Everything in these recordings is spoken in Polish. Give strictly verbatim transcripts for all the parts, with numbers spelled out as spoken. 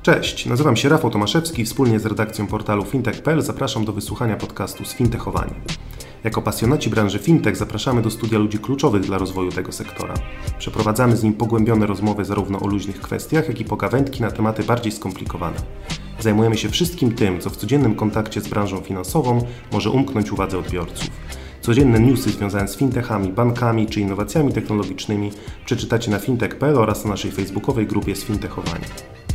Cześć, nazywam się Rafał Tomaszewski i wspólnie z redakcją portalu fintech kropka p l zapraszam do wysłuchania podcastu Sfintechowani. Jako pasjonaci branży fintech zapraszamy do studia ludzi kluczowych dla rozwoju tego sektora. Przeprowadzamy z nim pogłębione rozmowy zarówno o luźnych kwestiach, jak i pogawędki na tematy bardziej skomplikowane. Zajmujemy się wszystkim tym, co w codziennym kontakcie z branżą finansową może umknąć uwadze odbiorców. Codzienne newsy związane z fintechami, bankami czy innowacjami technologicznymi przeczytacie na fintech kropka p l oraz na naszej facebookowej grupie Sfintechowani.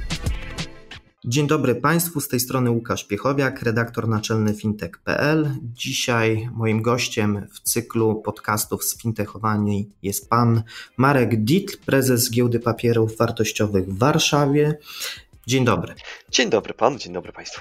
Dzień dobry Państwu, z tej strony Łukasz Piechowiak, redaktor naczelny fintech kropka p l. Dzisiaj moim gościem w cyklu podcastów Sfintechowani jest pan Marek Dietl, prezes Giełdy Papierów Wartościowych w Warszawie. Dzień dobry. Dzień dobry Pan, dzień dobry Państwu.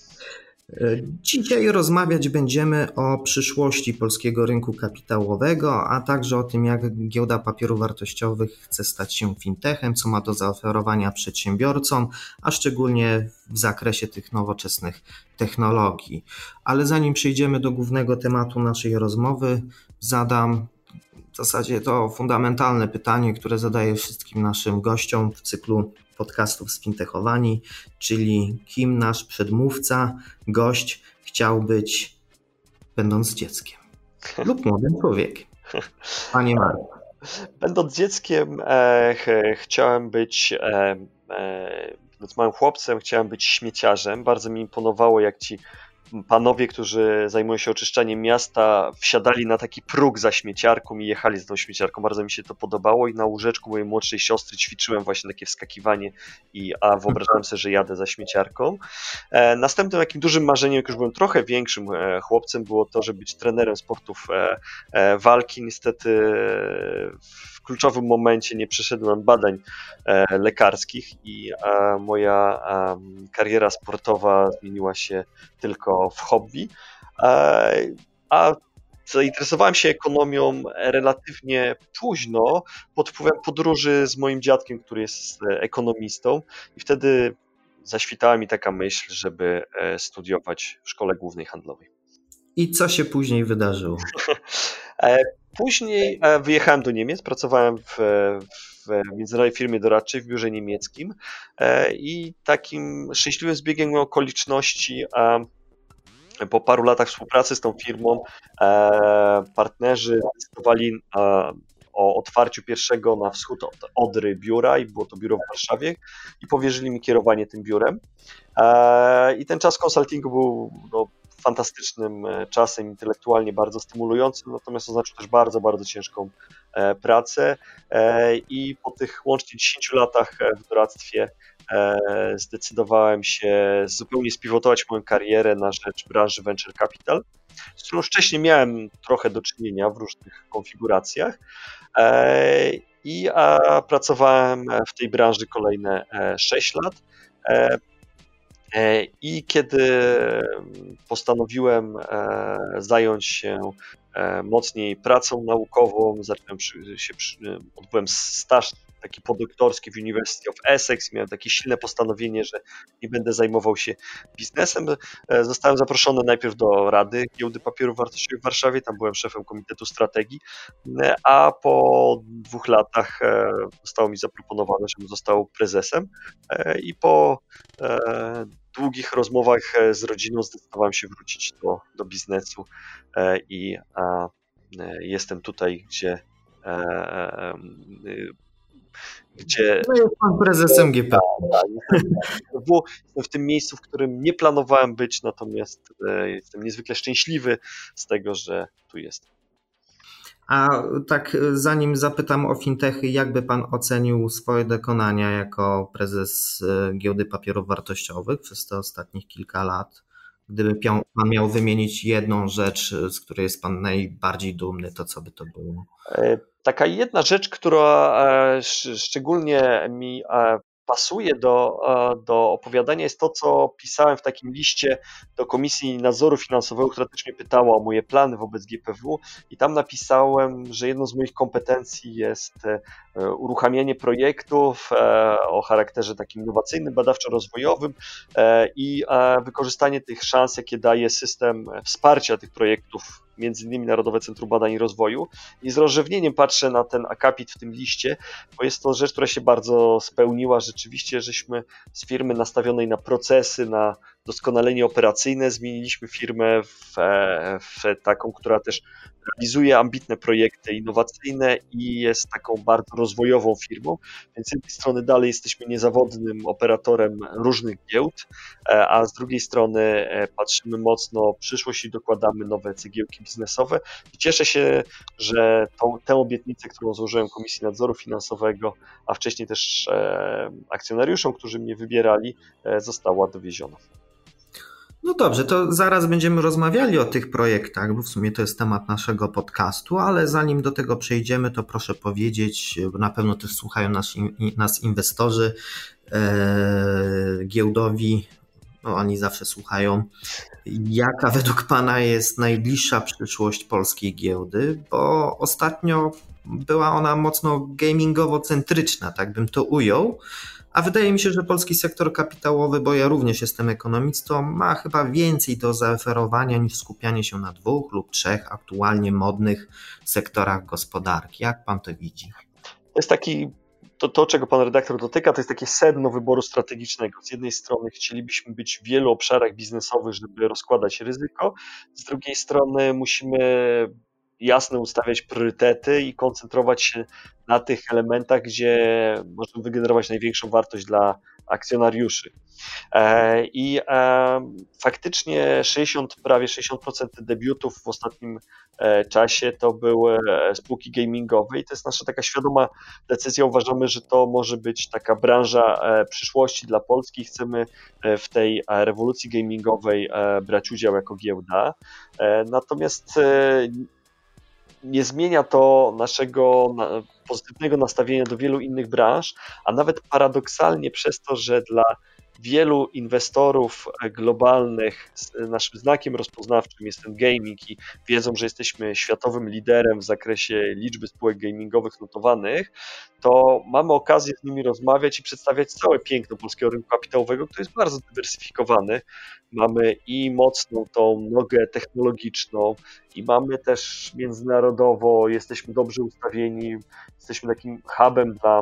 Dzisiaj rozmawiać będziemy o przyszłości polskiego rynku kapitałowego, a także o tym, jak Giełda Papierów Wartościowych chce stać się fintechem, co ma do zaoferowania przedsiębiorcom, a szczególnie w zakresie tych nowoczesnych technologii. Ale zanim przejdziemy do głównego tematu naszej rozmowy, zadam w zasadzie to fundamentalne pytanie, które zadaję wszystkim naszym gościom w cyklu podcastów Sfintechowani, czyli kim nasz przedmówca, gość chciał być, będąc dzieckiem lub młodym człowiekiem. Panie Marku. Będąc dzieckiem e, ch- chciałem być, e, e, będąc małym chłopcem, chciałem być śmieciarzem. Bardzo mi imponowało, jak ci panowie, którzy zajmują się oczyszczaniem miasta, wsiadali na taki próg za śmieciarką i jechali z tą śmieciarką. Bardzo mi się to podobało i na łóżeczku mojej młodszej siostry ćwiczyłem właśnie takie wskakiwanie, i, a wyobrażałem sobie, że jadę za śmieciarką. E, następnym takim dużym marzeniem, jak już byłem trochę większym e, chłopcem, było to, żeby być trenerem sportów e, e, walki. Niestety w kluczowym momencie nie przeszedłem badań e, lekarskich i e, moja e, kariera sportowa zmieniła się tylko w hobby, a zainteresowałem się ekonomią relatywnie późno pod wpływem podróży z moim dziadkiem, który jest ekonomistą, i wtedy zaświtała mi taka myśl, żeby studiować w Szkole Głównej Handlowej. I co się później wydarzyło? Później wyjechałem do Niemiec, pracowałem w, w międzynarodowej firmie doradczej w biurze niemieckim i takim szczęśliwym zbiegiem okoliczności po paru latach współpracy z tą firmą partnerzy zdecydowali o otwarciu pierwszego na wschód od Odry biura, i było to biuro w Warszawie, i powierzyli mi kierowanie tym biurem. I ten czas konsultingu był no, fantastycznym czasem, intelektualnie bardzo stymulującym, natomiast oznaczył też bardzo, bardzo ciężką pracę, i po tych łącznie dziesięciu latach w doradztwie zdecydowałem się zupełnie spiwotować moją karierę na rzecz branży Venture Capital, z którą wcześniej miałem trochę do czynienia w różnych konfiguracjach, i pracowałem w tej branży kolejne sześć lat. I kiedy postanowiłem zająć się mocniej pracą naukową, zacząłem się, odbyłem staż taki podoktorski w University of Essex, miałem takie silne postanowienie, że nie będę zajmował się biznesem. Zostałem zaproszony najpierw do Rady Giełdy Papierów Wartościowych w Warszawie, tam byłem szefem Komitetu Strategii, a po dwóch latach zostało mi zaproponowane, żebym został prezesem, i po długich rozmowach z rodziną zdecydowałem się wrócić do, do biznesu, i a, jestem tutaj, gdzie Gdzie... No jest pan prezesem G P. Jestem w tym miejscu, w którym nie planowałem być, natomiast jestem niezwykle szczęśliwy z tego, że tu jestem. A tak zanim zapytam o fintechy, jakby pan ocenił swoje dokonania jako prezes Giełdy Papierów Wartościowych przez te ostatnich kilka lat? Gdyby pan miał wymienić jedną rzecz, z której jest pan najbardziej dumny, to co by to było? Taka jedna rzecz, która szczególnie mi pasuje do, do opowiadania, jest to, co pisałem w takim liście do Komisji Nadzoru Finansowego, która też mnie pytała o moje plany wobec G P W, i tam napisałem, że jedną z moich kompetencji jest uruchamianie projektów o charakterze takim innowacyjnym, badawczo-rozwojowym i wykorzystanie tych szans, jakie daje system wsparcia tych projektów między innymi Narodowe Centrum Badań i Rozwoju. I z rozrzewnieniem patrzę na ten akapit w tym liście, bo jest to rzecz, która się bardzo spełniła. Rzeczywiście, żeśmy z firmy nastawionej na procesy, na doskonalenie operacyjne zmieniliśmy firmę w, w taką, która też realizuje ambitne projekty innowacyjne i jest taką bardzo rozwojową firmą, więc z jednej strony dalej jesteśmy niezawodnym operatorem różnych giełd, a z drugiej strony patrzymy mocno w przyszłość i dokładamy nowe cegiełki biznesowe i cieszę się, że tą, tę obietnicę, którą złożyłem Komisji Nadzoru Finansowego, a wcześniej też akcjonariuszom, którzy mnie wybierali, została dowieziona. No dobrze, to zaraz będziemy rozmawiali o tych projektach, bo w sumie to jest temat naszego podcastu, ale zanim do tego przejdziemy, to proszę powiedzieć, bo na pewno też słuchają nas, nas inwestorzy e, giełdowi, no oni zawsze słuchają, jaka według Pana jest najbliższa przyszłość polskiej giełdy, bo ostatnio była ona mocno gamingowo-centryczna, tak bym to ujął. A wydaje mi się, że polski sektor kapitałowy, bo ja również jestem ekonomistą, ma chyba więcej do zaoferowania niż skupianie się na dwóch lub trzech aktualnie modnych sektorach gospodarki. Jak pan to widzi? To jest taki, to, to czego pan redaktor dotyka, to jest takie sedno wyboru strategicznego. Z jednej strony chcielibyśmy być w wielu obszarach biznesowych, żeby rozkładać ryzyko, z drugiej strony musimy jasno ustawiać priorytety i koncentrować się na tych elementach, gdzie możemy wygenerować największą wartość dla akcjonariuszy. I faktycznie sześćdziesiąt, prawie sześćdziesiąt procent debiutów w ostatnim czasie to były spółki gamingowe i to jest nasza taka świadoma decyzja. Uważamy, że to może być taka branża przyszłości dla Polski. Chcemy w tej rewolucji gamingowej brać udział jako giełda. Natomiast nie zmienia to naszego pozytywnego nastawienia do wielu innych branż, a nawet paradoksalnie przez to, że dla wielu inwestorów globalnych naszym znakiem rozpoznawczym jest ten gaming i wiedzą, że jesteśmy światowym liderem w zakresie liczby spółek gamingowych notowanych, to mamy okazję z nimi rozmawiać i przedstawiać całe piękno polskiego rynku kapitałowego, który jest bardzo dywersyfikowany. Mamy i mocną tą nogę technologiczną i mamy też międzynarodowo, jesteśmy dobrze ustawieni, jesteśmy takim hubem dla,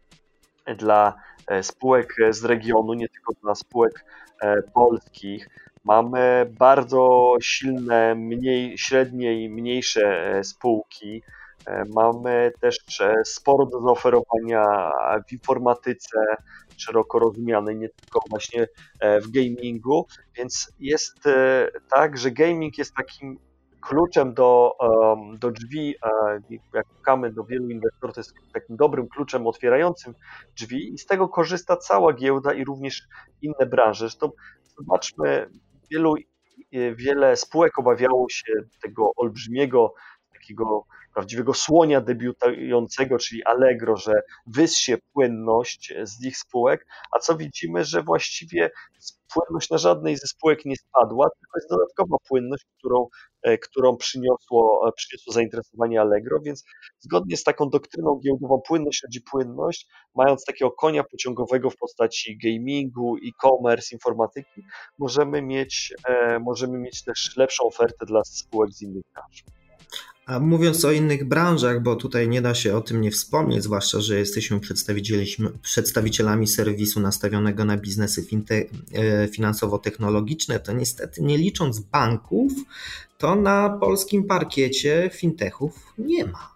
dla spółek z regionu, nie tylko dla spółek polskich. Mamy bardzo silne, mniej, średnie i mniejsze spółki. Mamy też sporo do zaoferowania w informatyce szeroko rozumianej, nie tylko właśnie w gamingu, więc jest tak, że gaming jest takim kluczem do, do drzwi, jak pukamy do wielu inwestorów, to jest takim dobrym kluczem otwierającym drzwi i z tego korzysta cała giełda i również inne branże. Zresztą zobaczmy, wielu, wiele spółek obawiało się tego olbrzymiego, takiego prawdziwego słonia debiutującego, czyli Allegro, że wyssie płynność z ich spółek, a co widzimy, że właściwie płynność na żadnej ze spółek nie spadła, tylko jest dodatkowa płynność, którą, którą przyniosło, przyniosło zainteresowanie Allegro, więc zgodnie z taką doktryną giełdową płynność rodzi płynność, mając takiego konia pociągowego w postaci gamingu, e-commerce, informatyki, możemy mieć, możemy mieć też lepszą ofertę dla spółek z innych branż. A mówiąc o innych branżach, bo tutaj nie da się o tym nie wspomnieć, zwłaszcza, że jesteśmy przedstawicielami serwisu nastawionego na biznesy finte- finansowo-technologiczne, to niestety nie licząc banków, to na polskim parkiecie fintechów nie ma.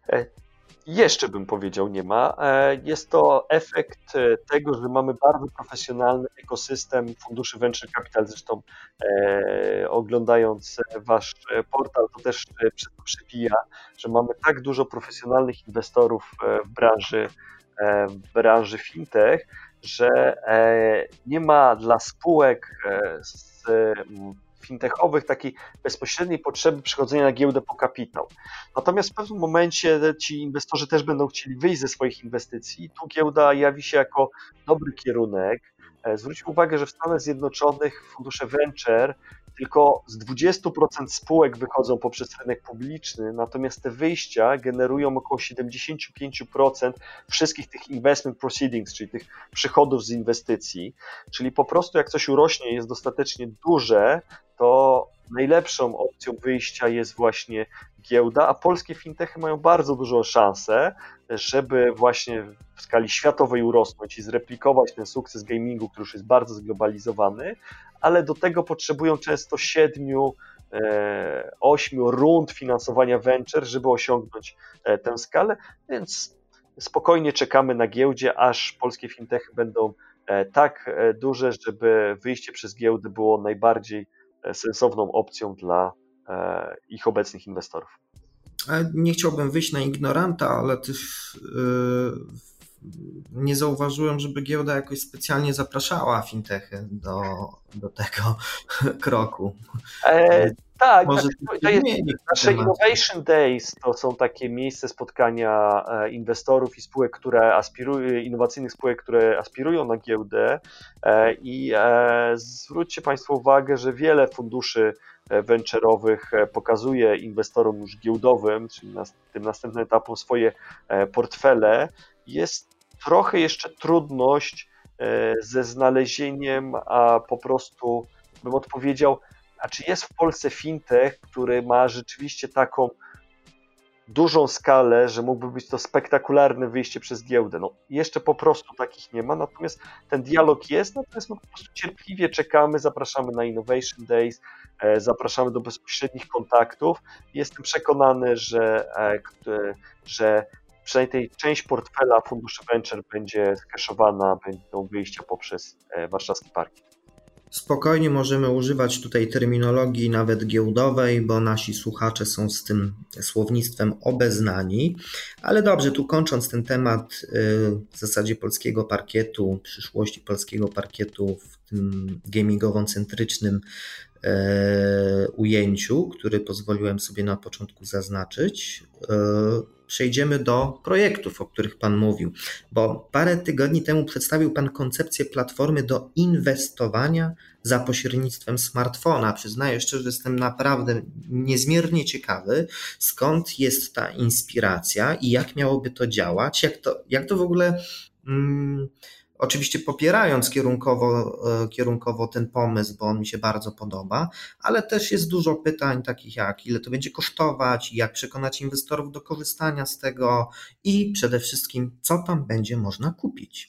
Jeszcze bym powiedział nie ma. Jest to efekt tego, że mamy bardzo profesjonalny ekosystem funduszy venture capital. Zresztą e, oglądając wasz portal, to też przebija, że mamy tak dużo profesjonalnych inwestorów w branży, w branży fintech, że e, nie ma dla spółek z fintechowych takiej bezpośredniej potrzeby przychodzenia na giełdę po kapitał. Natomiast w pewnym momencie ci inwestorzy też będą chcieli wyjść ze swoich inwestycji. Tu giełda jawi się jako dobry kierunek. Zwróćmy uwagę, że w Stanach Zjednoczonych fundusze venture tylko z dwadzieścia procent spółek wychodzą poprzez rynek publiczny, natomiast te wyjścia generują około siedemdziesiąt pięć procent wszystkich tych investment proceedings, czyli tych przychodów z inwestycji, czyli po prostu jak coś urośnie, jest dostatecznie duże, to najlepszą opcją wyjścia jest właśnie giełda, a polskie fintechy mają bardzo dużą szansę, żeby właśnie w skali światowej urosnąć i zreplikować ten sukces gamingu, który już jest bardzo zglobalizowany, ale do tego potrzebują często siedmiu, ośmiu rund finansowania venture, żeby osiągnąć tę skalę, więc spokojnie czekamy na giełdzie, aż polskie fintechy będą tak duże, żeby wyjście przez giełdę było najbardziej sensowną opcją dla ich obecnych inwestorów. Nie chciałbym wyjść na ignoranta, ale też yy, nie zauważyłem, żeby giełda jakoś specjalnie zapraszała fintechy do, do tego kroku. E, tak, Może tak, to jest, nasze Innovation Days to są takie miejsce spotkania inwestorów i spółek, które aspirują, innowacyjnych spółek, które aspirują na giełdę i zwróćcie Państwo uwagę, że wiele funduszy venture'owych pokazuje inwestorom już giełdowym, czyli na tym następnym etapem swoje portfele. Jest trochę jeszcze trudność ze znalezieniem, a po prostu bym odpowiedział, a czy jest w Polsce fintech, który ma rzeczywiście taką dużą skalę, że mógłby być to spektakularne wyjście przez giełdę? No, jeszcze po prostu takich nie ma, natomiast ten dialog jest, natomiast my po prostu cierpliwie czekamy, zapraszamy na Innovation Days, zapraszamy do bezpośrednich kontaktów. Jestem przekonany, że, że przynajmniej tej część portfela funduszy venture będzie skeszowana, będą wyjścia poprzez warszawski parkiet. Spokojnie możemy używać tutaj terminologii nawet giełdowej, bo nasi słuchacze są z tym słownictwem obeznani. Ale dobrze, tu kończąc ten temat w zasadzie polskiego parkietu, przyszłości polskiego parkietu w tym gamingowo-centrycznym ujęciu, który pozwoliłem sobie na początku zaznaczyć, przejdziemy do projektów, o których Pan mówił, bo parę tygodni temu przedstawił Pan koncepcję platformy do inwestowania za pośrednictwem smartfona. Przyznaję szczerze, że jestem naprawdę niezmiernie ciekawy, skąd jest ta inspiracja i jak miałoby to działać, jak to, jak to w ogóle... Hmm, Oczywiście popierając kierunkowo, kierunkowo ten pomysł, bo on mi się bardzo podoba, ale też jest dużo pytań takich jak ile to będzie kosztować, jak przekonać inwestorów do korzystania z tego i przede wszystkim co tam będzie można kupić.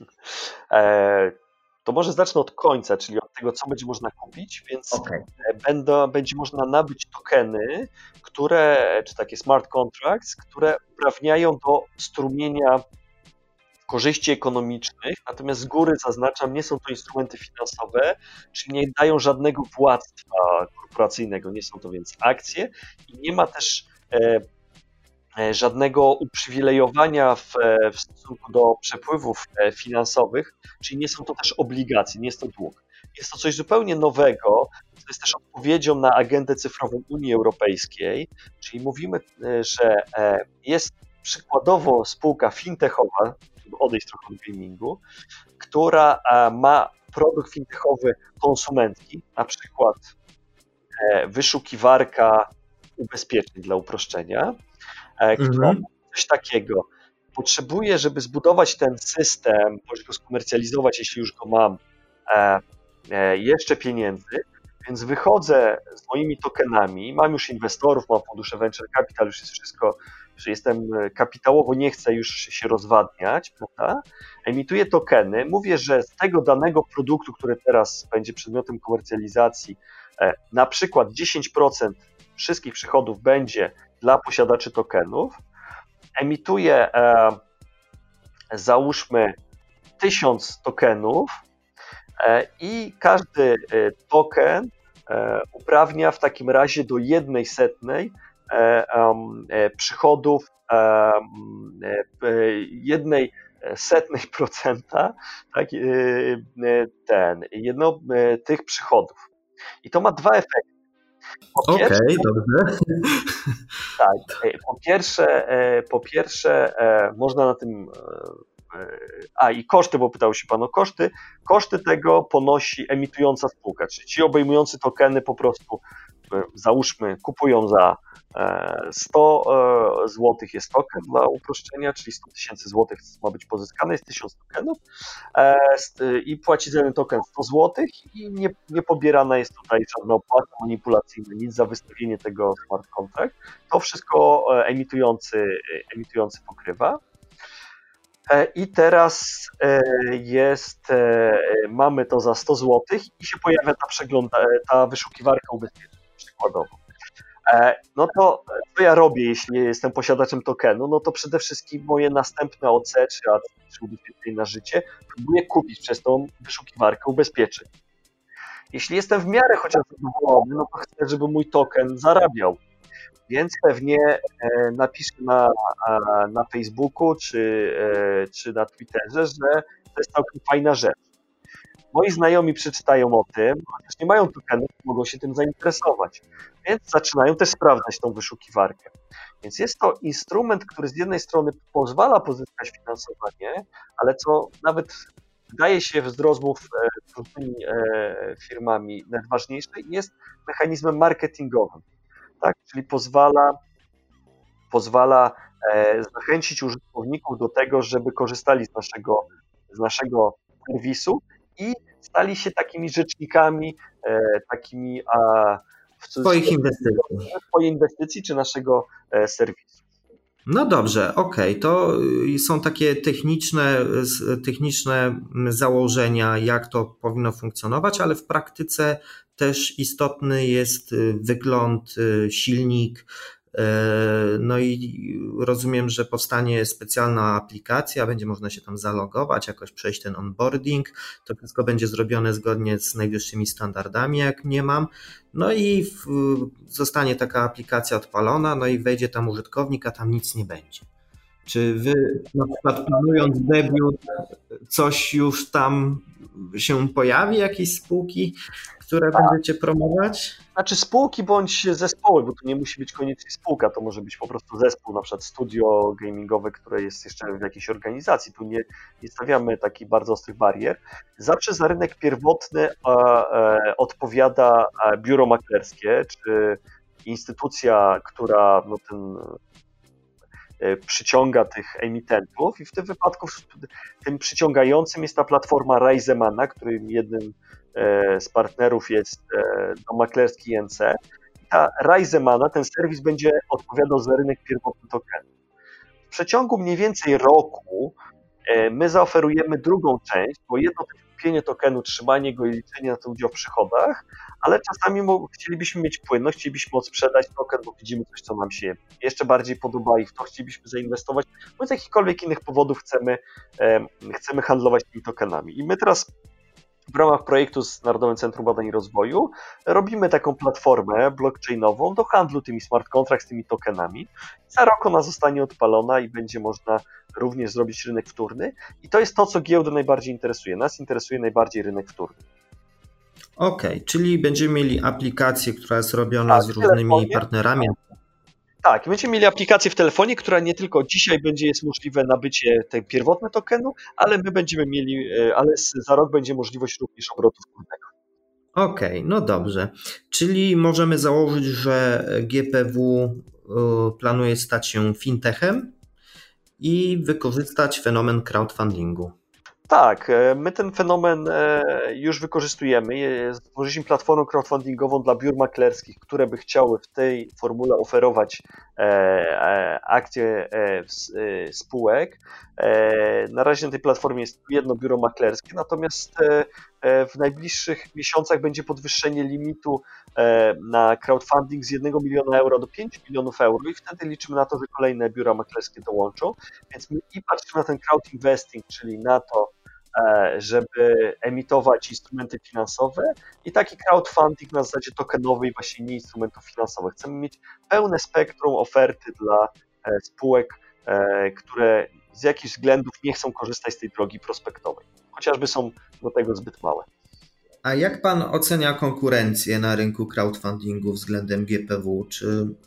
To może zacznę od końca, czyli od tego, co będzie można kupić, więc okay. będą, będzie można nabyć tokeny, które, czy takie smart contracts, które uprawniają do strumienia korzyści ekonomicznych, natomiast z góry zaznaczam, nie są to instrumenty finansowe, czyli nie dają żadnego władztwa korporacyjnego, nie są to więc akcje i nie ma też e, e, żadnego uprzywilejowania w, w stosunku do przepływów finansowych, czyli nie są to też obligacje, nie jest to dług. Jest to coś zupełnie nowego, co jest też odpowiedzią na agendę cyfrową Unii Europejskiej, czyli mówimy, że jest przykładowo spółka fintechowa, odejść trochę od gamingu, która ma produkt fintechowy konsumencki, na przykład wyszukiwarka ubezpieczeń dla uproszczenia, która mm-hmm. coś takiego potrzebuje, żeby zbudować ten system, bądź go skomercjalizować, jeśli już go mam, jeszcze pieniędzy, więc wychodzę z moimi tokenami, mam już inwestorów, mam fundusze venture capital, już jest wszystko, że jestem kapitałowo, nie chcę już się rozwadniać, prawda? Emituję tokeny, mówię, że z tego danego produktu, który teraz będzie przedmiotem komercjalizacji, na przykład dziesięć procent wszystkich przychodów będzie dla posiadaczy tokenów, emituję, e, załóżmy, tysiąc tokenów e, i każdy token e, uprawnia w takim razie do jednej setnej przychodów jednej setnej procenta, tak, ten, jedno, tych przychodów. I to ma dwa efekty. Okej, okay, dobrze. Tak, po pierwsze, po pierwsze można na tym a i koszty, bo pytał się Pan o koszty, koszty tego ponosi emitująca spółka, czyli ci obejmujący tokeny po prostu, załóżmy, kupują za sto złotych jest token dla uproszczenia, czyli sto tysięcy złotych ma być pozyskane, jest tysiąc tokenów i płaci za ten token sto złotych i nie, nie pobierana jest tutaj żadna opłata manipulacyjna, nic za wystawienie tego smart contract. To wszystko emitujący, emitujący pokrywa. I teraz jest, mamy to za sto złotych i się pojawia ta, przegląda, ta wyszukiwarka ubezpieczeń przykładowo. No to co ja robię, jeśli jestem posiadaczem tokenu? No to przede wszystkim moje następne O C czy A C czy ubezpieczenie na życie próbuję kupić przez tą wyszukiwarkę ubezpieczeń. Jeśli jestem w miarę chociaż zadowolony, no to chcę, żeby mój token zarabiał. Więc pewnie napiszę na, na Facebooku czy, czy na Twitterze, że to jest całkiem fajna rzecz. Moi znajomi przeczytają o tym, chociaż nie mają tokenów, mogą się tym zainteresować, więc zaczynają też sprawdzać tą wyszukiwarkę. Więc jest to instrument, który z jednej strony pozwala pozyskać finansowanie, ale co nawet wydaje się z rozmów z różnymi firmami najważniejsze, jest mechanizmem marketingowym, tak? Czyli pozwala, pozwala zachęcić użytkowników do tego, żeby korzystali z naszego, z naszego serwisu i stali się takimi rzecznikami, e, takimi a, w Twoich inwestycji. Twojej inwestycji czy naszego e, serwisu. No dobrze, okej, okay. To są takie techniczne, techniczne założenia, jak to powinno funkcjonować, ale w praktyce też istotny jest wygląd, silnik. No i rozumiem, że powstanie specjalna aplikacja, będzie można się tam zalogować, jakoś przejść ten onboarding, to wszystko będzie zrobione zgodnie z najwyższymi standardami, jak nie mam, no i w, zostanie taka aplikacja odpalona, no i wejdzie tam użytkownik, a tam nic nie będzie. Czy wy na przykład planując debiut, coś już tam się pojawi, jakieś spółki, które tak. będziecie promować? Znaczy spółki bądź zespoły, bo to nie musi być koniecznie spółka, to może być po prostu zespół, na przykład studio gamingowe, które jest jeszcze w jakiejś organizacji. Tu nie, nie stawiamy takich bardzo ostrych barier. Zawsze za rynek pierwotny e, e, odpowiada biuro maklerskie, czy instytucja, która no, ten przyciąga tych emitentów i w tym wypadku tym przyciągającym jest ta platforma Risemana, którym jednym z partnerów jest dom maklerski I N C. I ta Risemana, ten serwis będzie odpowiadał za rynek pierwotny tokenu. W przeciągu mniej więcej roku my zaoferujemy drugą część, bo jedno to kupienie tokenu, trzymanie go i liczenie na to udział w przychodach, ale czasami chcielibyśmy mieć płynność, chcielibyśmy odsprzedać token, bo widzimy coś, co nam się jeszcze bardziej podoba i w to chcielibyśmy zainwestować, bo z jakichkolwiek innych powodów chcemy, chcemy handlować tymi tokenami. I my teraz w ramach projektu z Narodowym Centrum Badań i Rozwoju robimy taką platformę blockchainową do handlu tymi smart contracts, tymi tokenami. Za rok ona zostanie odpalona i będzie można również zrobić rynek wtórny. I to jest to, co giełdę najbardziej interesuje. Nas interesuje najbardziej rynek wtórny. Okej, okay, czyli będziemy mieli aplikację, która jest robiona tak, z różnymi partnerami. Tak, będziemy mieli aplikację w telefonie, która nie tylko dzisiaj będzie jest możliwe nabycie tej pierwotnego tokenu, ale my będziemy mieli, ale za rok będzie możliwość również obrotu wtórnego. Okej, okay, no dobrze. Czyli możemy założyć, że G P W planuje stać się fintechem i wykorzystać fenomen crowdfundingu. Tak, my ten fenomen już wykorzystujemy. Stworzyliśmy platformę crowdfundingową dla biur maklerskich, które by chciały w tej formule oferować akcje spółek. Na razie na tej platformie jest jedno biuro maklerskie, natomiast w najbliższych miesiącach będzie podwyższenie limitu na crowdfunding z jednego miliona euro do pięciu milionów euro i wtedy liczymy na to, że kolejne biura maklerskie dołączą. Więc my i patrzymy na ten crowd investing, czyli na to, żeby emitować instrumenty finansowe i taki crowdfunding na zasadzie tokenowej, właśnie nie instrumentów finansowych. Chcemy mieć pełne spektrum oferty dla spółek, które z jakichś względów nie chcą korzystać z tej drogi prospektowej, chociażby są do tego zbyt małe. A jak pan ocenia konkurencję na rynku crowdfundingu względem G P W? Czy,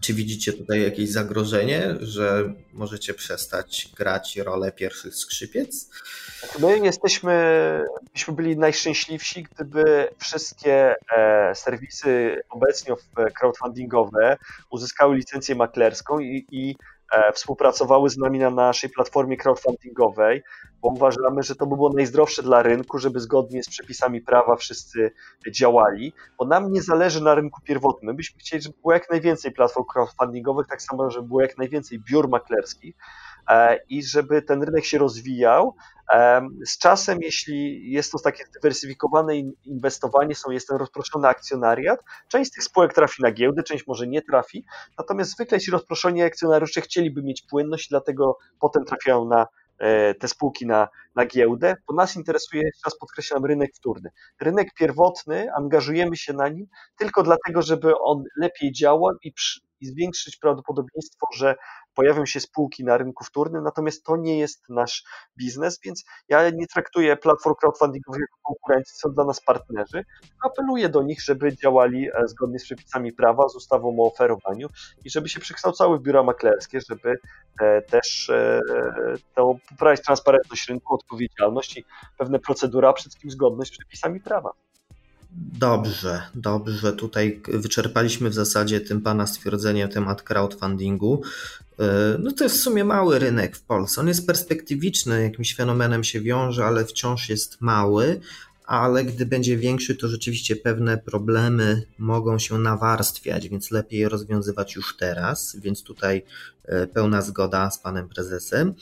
Czy widzicie tutaj jakieś zagrożenie, że możecie przestać grać rolę pierwszych skrzypiec? My jesteśmy, byśmy byli najszczęśliwsi, gdyby wszystkie e, serwisy obecnie crowdfundingowe uzyskały licencję maklerską i, i e, współpracowały z nami na naszej platformie crowdfundingowej, bo uważamy, że to by było najzdrowsze dla rynku, żeby zgodnie z przepisami prawa wszyscy działali, bo nam nie zależy na rynku pierwotnym. My byśmy chcieli, żeby było jak najwięcej platform crowdfundingowych, tak samo, żeby było jak najwięcej biur maklerskich, i żeby ten rynek się rozwijał. Z czasem, jeśli jest to takie zdywersyfikowane inwestowanie, są, jest ten rozproszony akcjonariat, część z tych spółek trafi na giełdę, część może nie trafi, natomiast zwykle ci rozproszeni akcjonariusze chcieliby mieć płynność, dlatego potem trafiają na te spółki na, na giełdę, bo nas interesuje, jeszcze raz podkreślam, rynek wtórny. Rynek pierwotny, angażujemy się na nim tylko dlatego, żeby on lepiej działał i, przy, i zwiększyć prawdopodobieństwo, że pojawią się spółki na rynku wtórnym, natomiast to nie jest nasz biznes, więc ja nie traktuję platform crowdfundingowych jako konkurencji, są dla nas partnerzy, apeluję do nich, żeby działali zgodnie z przepisami prawa, z ustawą o oferowaniu i żeby się przekształcały w biura maklerskie, żeby też to poprawić transparentność rynku, odpowiedzialność i pewne procedury, a przede wszystkim zgodność z przepisami prawa. Dobrze, dobrze. Tutaj wyczerpaliśmy w zasadzie tym pana stwierdzeniem temat crowdfundingu. No to jest w sumie mały rynek w Polsce. On jest perspektywiczny, jakimś fenomenem się wiąże, ale wciąż jest mały, ale gdy będzie większy, to rzeczywiście pewne problemy mogą się nawarstwiać, więc lepiej je rozwiązywać już teraz, więc tutaj pełna zgoda z panem prezesem.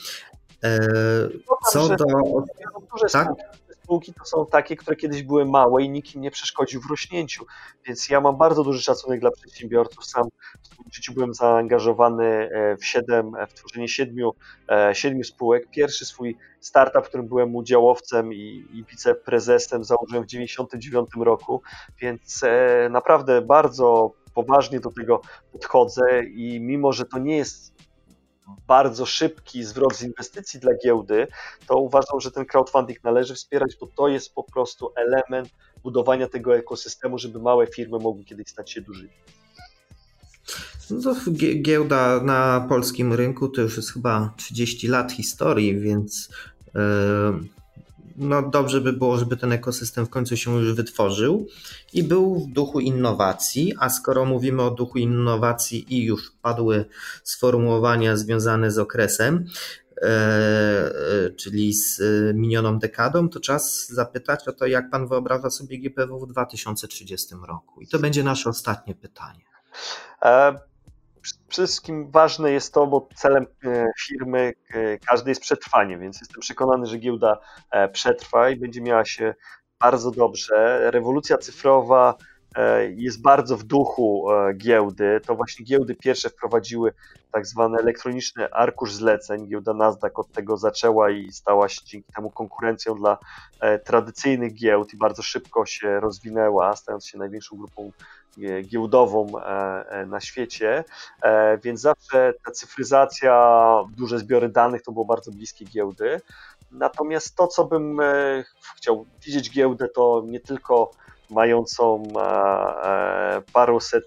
Co do... Tak? Spółki to są takie, które kiedyś były małe i nikt im nie przeszkodził w rośnięciu, więc ja mam bardzo duży szacunek dla przedsiębiorców. Sam w swoim życiu byłem zaangażowany w siedem, w tworzenie siedmiu, siedmiu spółek. Pierwszy swój startup, w którym byłem udziałowcem i, i wiceprezesem, założyłem w dziewięćdziesiątym dziewiątym roku, więc naprawdę bardzo poważnie do tego podchodzę i mimo, że to nie jest bardzo szybki zwrot z inwestycji dla giełdy, to uważam, że ten crowdfunding należy wspierać, bo to jest po prostu element budowania tego ekosystemu, żeby małe firmy mogły kiedyś stać się dużymi. No, giełda na polskim rynku to już jest chyba trzydzieści lat historii, więc yy, no dobrze by było, żeby ten ekosystem w końcu się już wytworzył i był w duchu innowacji, a skoro mówimy o duchu innowacji i już padły sformułowania związane z okresem, yy, czyli z minioną dekadą, to czas zapytać o to, jak pan wyobraża sobie G P W w dwa tysiące trzydziestym roku. I to będzie nasze ostatnie pytanie. E- Przede wszystkim ważne jest to, bo celem firmy każdej jest przetrwanie, więc jestem przekonany, że giełda przetrwa i będzie miała się bardzo dobrze. Rewolucja cyfrowa jest bardzo w duchu giełdy. To właśnie giełdy pierwsze wprowadziły tak zwany elektroniczny arkusz zleceń. Giełda Nasdaq od tego zaczęła i stała się dzięki temu konkurencją dla tradycyjnych giełd i bardzo szybko się rozwinęła, stając się największą grupą giełdową na świecie, więc zawsze ta cyfryzacja, duże zbiory danych to było bardzo bliskie giełdy. Natomiast to, co bym chciał widzieć giełdę, to nie tylko mającą paruset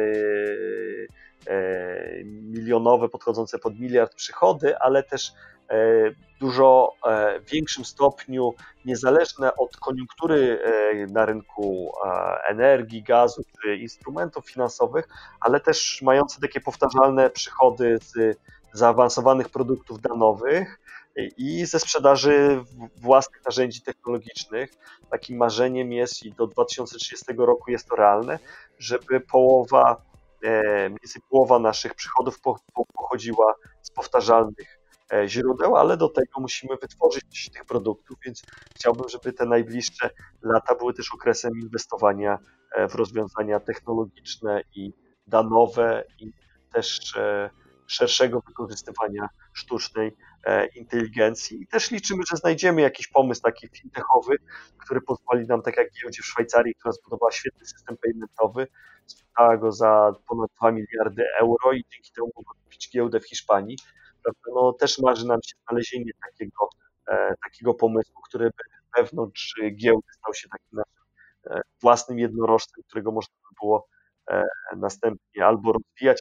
milionowe, podchodzące pod miliard przychody, ale też dużo większym stopniu niezależne od koniunktury na rynku energii, gazu czy instrumentów finansowych, ale też mające takie powtarzalne przychody z zaawansowanych produktów danowych i ze sprzedaży własnych narzędzi technologicznych. Takim marzeniem jest i do dwa tysiące trzydziestego roku jest to realne, żeby połowa, mniej więcej połowa naszych przychodów pochodziła z powtarzalnych źródeł, ale do tego musimy wytworzyć tych produktów, więc chciałbym, żeby te najbliższe lata były też okresem inwestowania w rozwiązania technologiczne i danowe i też szerszego wykorzystywania sztucznej inteligencji i też liczymy, że znajdziemy jakiś pomysł taki fintechowy, który pozwoli nam, tak jak giełdzie w Szwajcarii, która zbudowała świetny system paymentowy, sprzedała go za ponad dwa miliardy euro i dzięki temu mogła kupić giełdę w Hiszpanii. No, też marzy nam się znalezienie takiego, takiego pomysłu, który by wewnątrz giełdy stał się takim naszym własnym jednorożcem, którego można by było następnie albo rozwijać, albo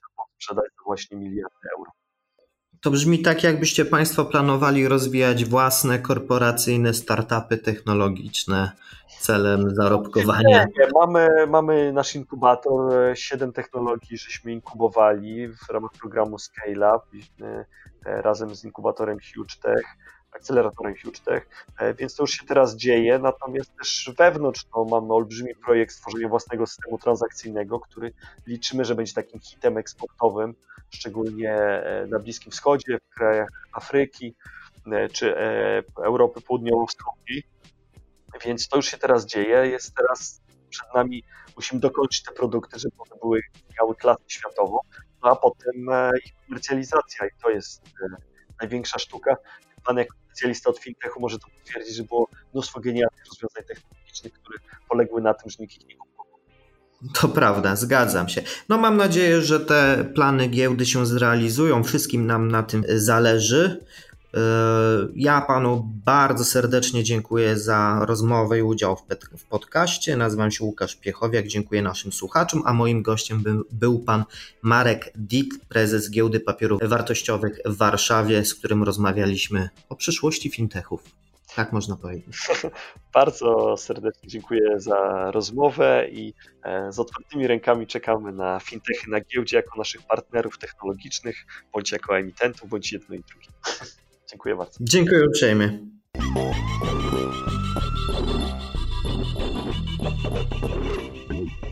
sprzedać za właśnie miliardy euro. To brzmi tak, jakbyście Państwo planowali rozwijać własne korporacyjne startupy technologiczne celem zarobkowania. Nie, nie. Mamy, mamy nasz inkubator, siedem technologii żeśmy inkubowali w ramach programu Scale Up razem z inkubatorem HugeTech, akceleratorem HugeTech, więc to już się teraz dzieje, natomiast też wewnątrz no, mamy olbrzymi projekt stworzenia własnego systemu transakcyjnego, który liczymy, że będzie takim hitem eksportowym, szczególnie na Bliskim Wschodzie, w krajach Afryki czy Europy Południowo-Wschodniej, więc to już się teraz dzieje, jest teraz przed nami, musimy dokończyć te produkty, żeby one były, miały klasę światową, no a potem ich komercjalizacja i to jest największa sztuka. Pan jako specjalista od fintechu może to potwierdzić, że było mnóstwo genialnych rozwiązań technologicznych, które poległy na tym, że nikt ich nie kupował. To prawda, zgadzam się. No mam nadzieję, że te plany giełdy się zrealizują. Wszystkim nam na tym zależy. Ja panu bardzo serdecznie dziękuję za rozmowę i udział w podcaście. Nazywam się Łukasz Piechowiak, dziękuję naszym słuchaczom, a moim gościem był, był pan Marek Dick, prezes Giełdy Papierów Wartościowych w Warszawie, z którym rozmawialiśmy o przyszłości fintechów. Tak można powiedzieć. Bardzo serdecznie dziękuję za rozmowę i z otwartymi rękami czekamy na fintechy na giełdzie jako naszych partnerów technologicznych, bądź jako emitentów, bądź jedno i drugie. Dziękuję bardzo. Dziękuję uprzejmie. Thank you.